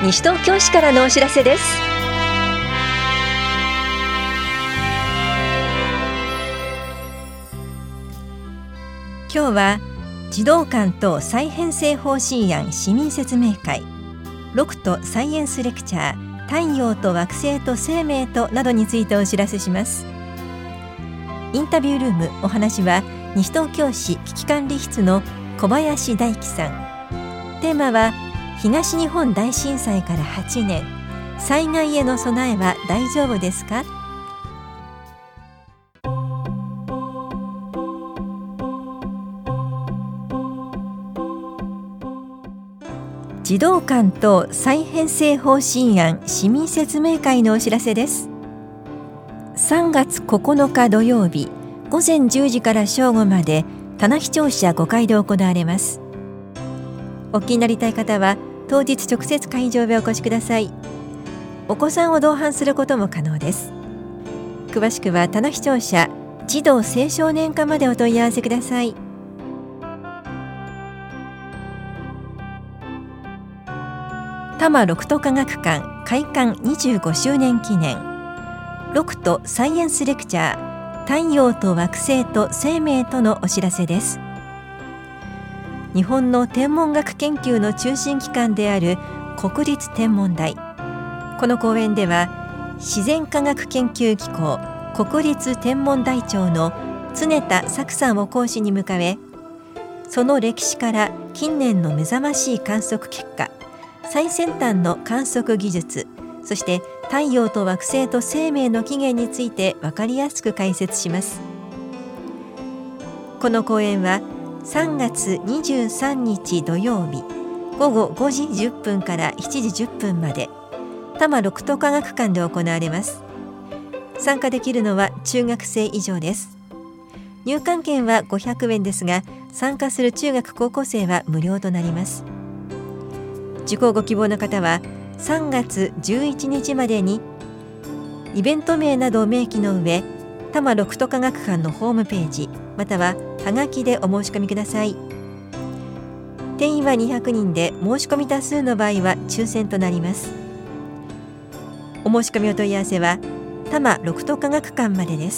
西東京市からのお知らせです。今日は児童館と再編成方針案市民説明会、6とサイエンスレクチャー、太陽と惑星と生命となどについてお知らせします。インタビュールーム、お話は西東京市危機管理室の小林大樹さん。テーマは東日本大震災から8年、災害への備えは大丈夫ですか？児童館と再編成方針案市民説明会のお知らせです。3月9日土曜日午前10時から正午まで棚視聴者5階で行われます。お聞きになりたい方は当日直接会場へお越しください。お子さんを同伴することも可能です。詳しくは棚視聴者児童青少年課までお問い合わせください。多摩六都科学館開館25周年記念、6とサイエンスレクチャー、太陽と惑星と生命とのお知らせです。日本の天文学研究の中心機関である国立天文台、この講演では自然科学研究機構国立天文台長の常田作さんを講師に迎え、その歴史から近年の目覚ましい観測結果、最先端の観測技術、そして太陽と惑星と生命の起源について分かりやすく解説します。この講演は3月23日土曜日午後5時10分から7時10分まで多摩六都科学館で行われます。参加できるのは中学生以上です。入館券は500円ですが、参加する中学高校生は無料となります。受講ご希望の方は3月11日までにイベント名などを明記の上、多摩六都科学館のホームページまたははがきでお申し込みください。定員は200人で、申し込み多数の場合は抽選となります。お申し込みお問い合わせは多摩六都科学館までです。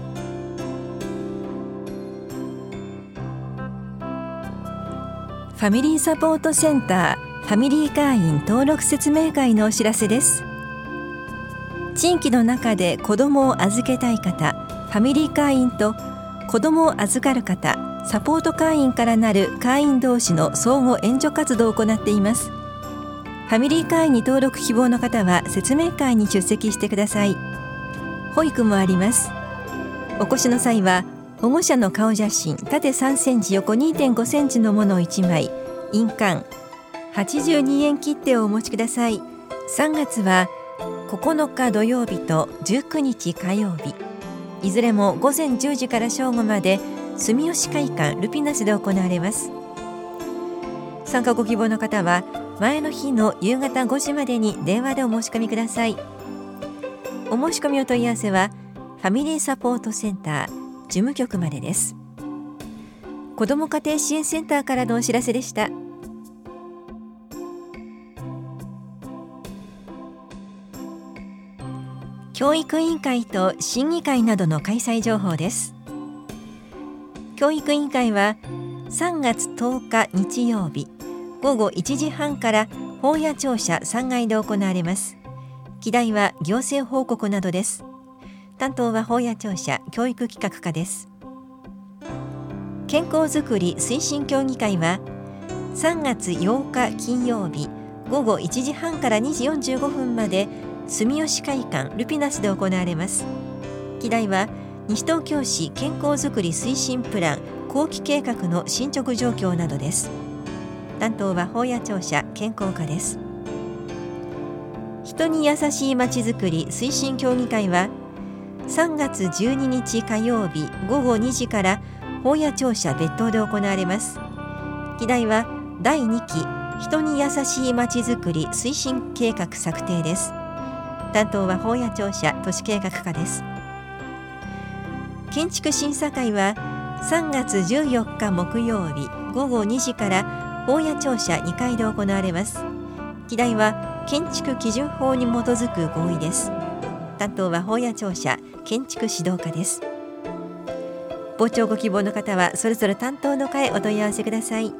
ファミリーサポートセンターファミリー会員登録説明会のお知らせです。地域の中で子どもを預けたい方、ファミリー会員と子どもを預かる方、サポート会員からなる会員同士の相互援助活動を行っています。ファミリー会員に登録希望の方は説明会に出席してください。保育もあります。お越しの際は保護者の顔写真、縦3センチ横 2.5 センチのものを1枚、印鑑82円切手をお持ちください。3月は9日土曜日と19日火曜日、いずれも午前10時から正午まで住吉会館ルピナスで行われます。参加ご希望の方は前の日の夕方5時までに電話でお申し込みください。お申し込みお問い合わせはファミリーサポートセンター事務局までです。子ども家庭支援センターからのお知らせでした。教育委員会と審議会などの開催情報です。教育委員会は3月10日日曜日午後1時半から法屋庁舎3階で行われます。議題は行政報告などです。担当は法屋庁舎教育企画課です。健康づくり推進協議会は3月8日金曜日午後1時半から2時45分まで住吉会館ルピナスで行われます。議題は西東京市健康づくり推進プラン後期計画の進捗状況などです。担当は法屋庁舎健康課です。人に優しいまちづくり推進協議会は3月12日火曜日午後2時から法屋庁舎別当で行われます。議題は第2期人に優しいまちづくり推進計画策定です。担当は法屋庁舎都市計画課です。建築審査会は3月14日木曜日午後2時から法屋庁舎2階で行われます。 議題は建築基準法に基づく合意です。担当は法屋庁舎建築指導課です。傍聴ご希望の方はそれぞれ担当の課へお問い合わせください。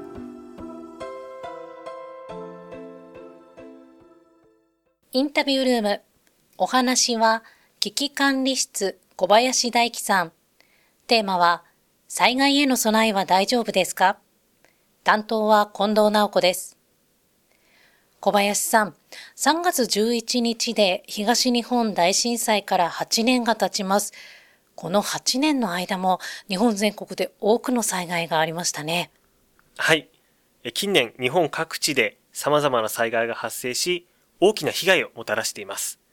インタビュールーム。お話は危機管理室小林大樹さん。テーマは災害への備えは大丈夫ですか？担当は近藤直子です。小林さん、3月11日で東日本大震災から8年が経ちます。この8年の間も日本全国で多くの災害がありましたね。 はい。近年日本各地で様々な災害が発生し、大きな被害をもたらしています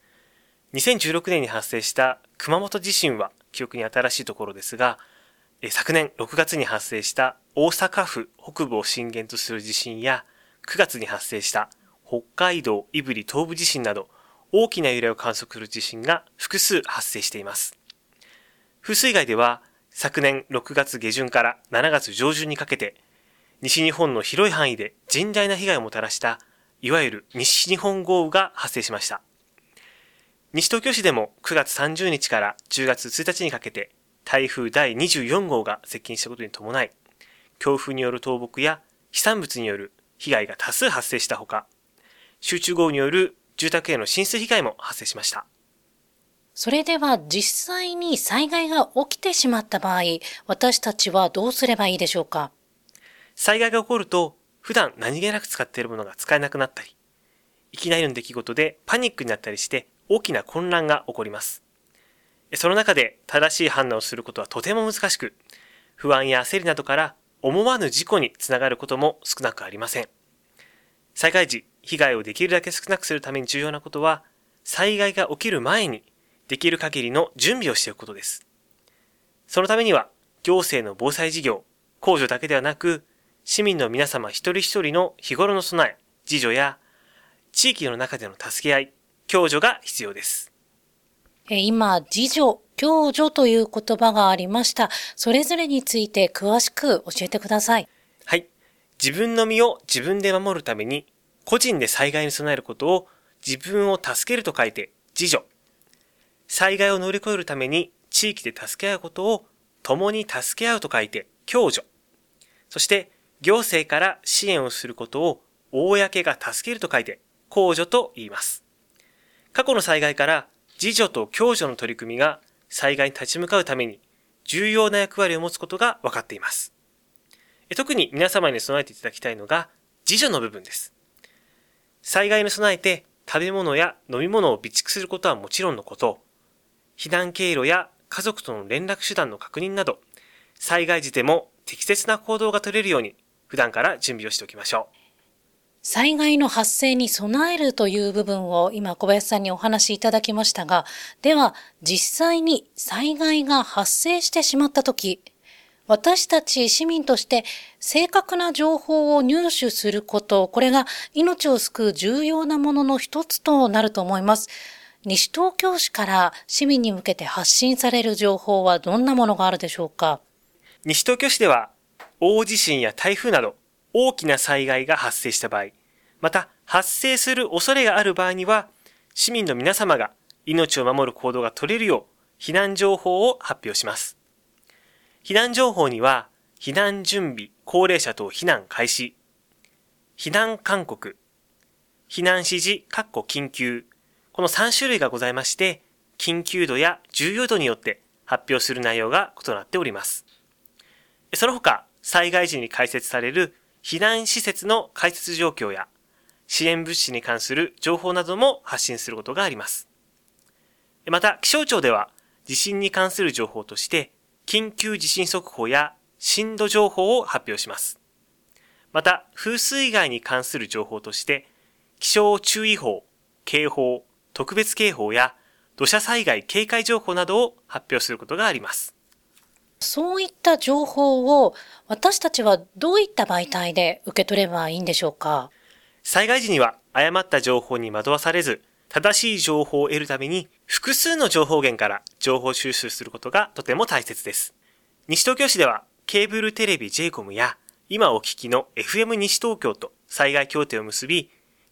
。2016年に発生した熊本地震は記憶に新しいところですが、昨年6月に発生した大阪府北部を震源とする地震や、9月に発生した北海道胆振東部地震など、大きな揺れを観測する地震が複数発生しています。風水害では昨年6月下旬から7月上旬にかけて、西日本の広い範囲で甚大な被害をもたらしたいわゆる西日本豪雨が発生しました。西東京市でも9月30日から10月1日にかけて台風第24号が接近したことに伴い、強風による倒木や飛散物による被害が多数発生したほか、集中豪雨による住宅への浸水被害も発生しました。 それでは実際に災害が起きてしまった場合、私たちはどうすればいいでしょうか？ 災害が起こると、普段何気なく使っているものが使えなくなったり、いきなりの出来事でパニックになったりして大きな混乱が起こります。その中で正しい判断をすることはとても難しく、不安や焦りなどから思わぬ事故につながることも少なくありません。災害時、被害をできるだけ少なくするために重要なことは、災害が起きる前にできる限りの準備をしておくことです。そのためには、行政の防災事業、公助だけではなく、市民の皆様一人一人の日頃の備え、自助や地域の中での助け合い、共助が必要です。 今、自助、共助という言葉がありました。それぞれについて詳しく教えてください。 はい。自分の身を自分で守るために、個人で災害に備えることを自分を助けると書いて自助。災害を乗り越えるために地域で助け合うことを共に助け合うと書いて共助。そして行政から支援をすることを公が助けると書いて公助と言います。過去の災害から自助と共助の取り組みが災害に立ち向かうために重要な役割を持つことが分かっています。特に皆様に備えていただきたいのが自助の部分です。災害に備えて食べ物や飲み物を備蓄することはもちろんのこと、避難経路や家族との連絡手段の確認など、災害時でも適切な行動が取れるように普段から準備をしておきましょう。 災害の発生に備えるという部分を今小林さんにお話しいただきましたが、では実際に災害が発生してしまったとき、私たち市民として正確な情報を入手すること、これが命を救う重要なものの一つとなると思います。西東京市から市民に向けて発信される情報はどんなものがあるでしょうか？ 西東京市では大地震や台風など大きな災害が発生した場合、また発生する恐れがある場合には、市民の皆様が命を守る行動が取れるよう避難情報を発表します。避難情報には、避難準備、高齢者等避難開始、避難勧告、避難指示、緊急、この3種類がございまして、緊急度や重要度によって発表する内容が異なっております。その他、災害時に開設される避難施設の開設状況や支援物資に関する情報なども発信することがあります。また、気象庁では地震に関する情報として、緊急地震速報や震度情報を発表します。また、風水害に関する情報として、気象注意報、警報、特別警報や土砂災害警戒情報などを発表することがあります。 そういった情報を私たちはどういった媒体で受け取ればいいんでしょうか？ 災害時には誤った情報に惑わされず、正しい情報を得るために複数の情報源から情報収集することがとても大切です。西東京市ではケーブルテレビ J コムや今お聞きの FM 西東京と災害協定を結び、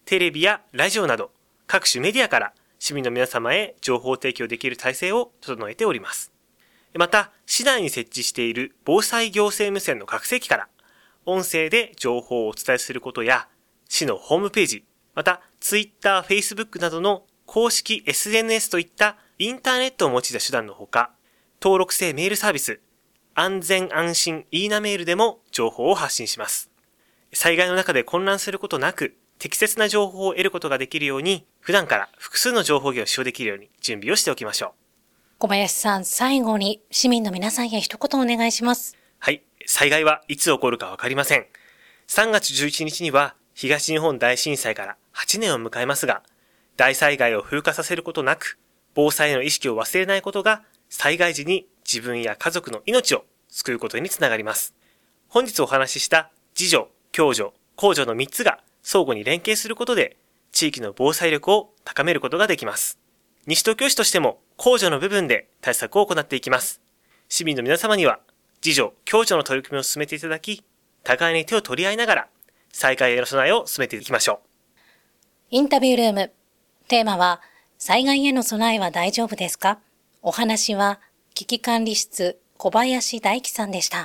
テレビやラジオなど各種メディアから市民の皆様へ情報提供できる体制を整えております。また、市内に設置している防災行政無線の拡声器から音声で情報をお伝えすることや、市のホームページ、また Twitter、Facebook などの公式 SNS といったインターネットを用いた手段のほか、登録制メールサービス、安全安心いいなメールでも情報を発信します。災害の中で混乱することなく、適切な情報を得ることができるように、普段から複数の情報源を使用できるように準備をしておきましょう。 小林さん、最後に市民の皆さんへ一言お願いします。 はい、災害はいつ起こるかわかりません。3月11日には東日本大震災から8年を迎えますが、大災害を風化させることなく、防災への意識を忘れないことが、災害時に自分や家族の命を救うことにつながります。本日お話しした自助、共助、公助の3つが相互に連携することで、地域の防災力を高めることができます。西東京市としても公助の部分で対策を行っていきます。市民の皆様には自助、共助の取り組みを進めていただき、互いに手を取り合いながら災害への備えを進めていきましょう。 インタビュールーム。テーマは、災害への備えは大丈夫ですか？お話は、危機管理室小林大樹さんでした。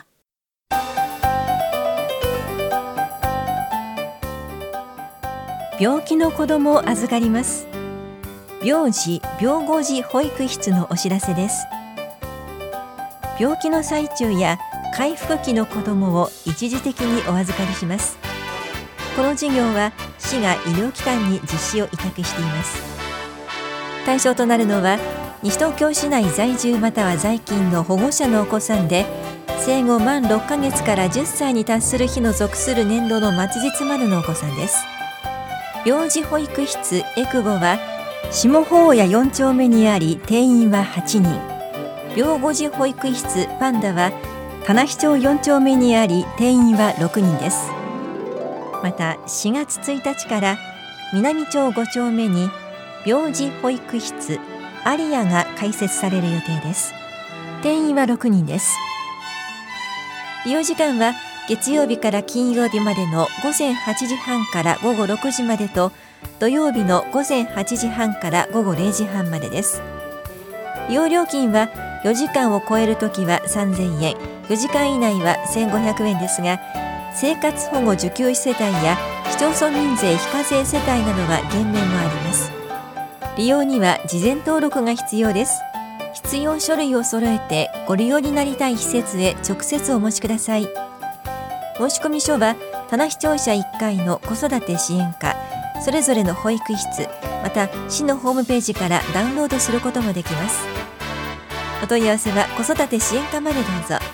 病気の子どもを預かります。病児・病後児保育室のお知らせです。病気の最中や回復期の子どもを一時的にお預かりします。この事業は市が医療機関に実施を委託しています。対象となるのは西東京市内在住または在勤の保護者のお子さんで、生後満6ヶ月から10歳に達する日の属する年度の末日までのお子さんです。病児保育室エクボは下法屋4丁目にあり、定員は8人。病後児保育室パンダは棚視町4丁目にあり、定員は6人です。また4月1日から南町5丁目に病児保育室アリアが開設される予定です。定員は6人です。利用時間は月曜日から金曜日までの午前8時半から午後6時までと、土曜日の午前8時半から午後0時半までです。利用料金は4時間を超えるときは3000円、4時間以内は1500円ですが、生活保護受給世帯や市町村民税非課税世帯などは減免もあります。利用には事前登録が必要です。必要書類を揃えてご利用になりたい施設へ直接お持ちください。申込書は棚視聴者1階の子育て支援課、それぞれの保育室、また市のホームページからダウンロードすることもできます。お問い合わせは子育て支援課までどうぞ。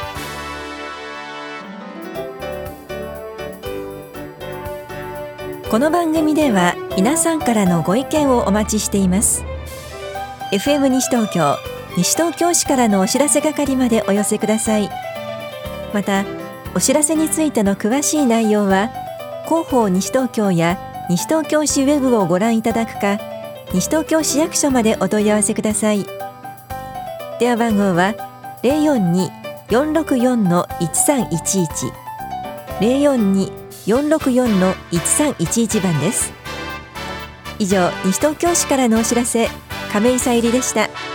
この番組では皆さんからのご意見をお待ちしています。 FM 西東京、西東京市からのお知らせ係までお寄せください。またお知らせについての詳しい内容は広報西東京や西東京市ウェブをご覧いただくか、西東京市役所までお問い合わせください。電話番号は 042-464-1311 042-464-1311 番です。以上、西東京市からのお知らせ、亀井さゆりでした。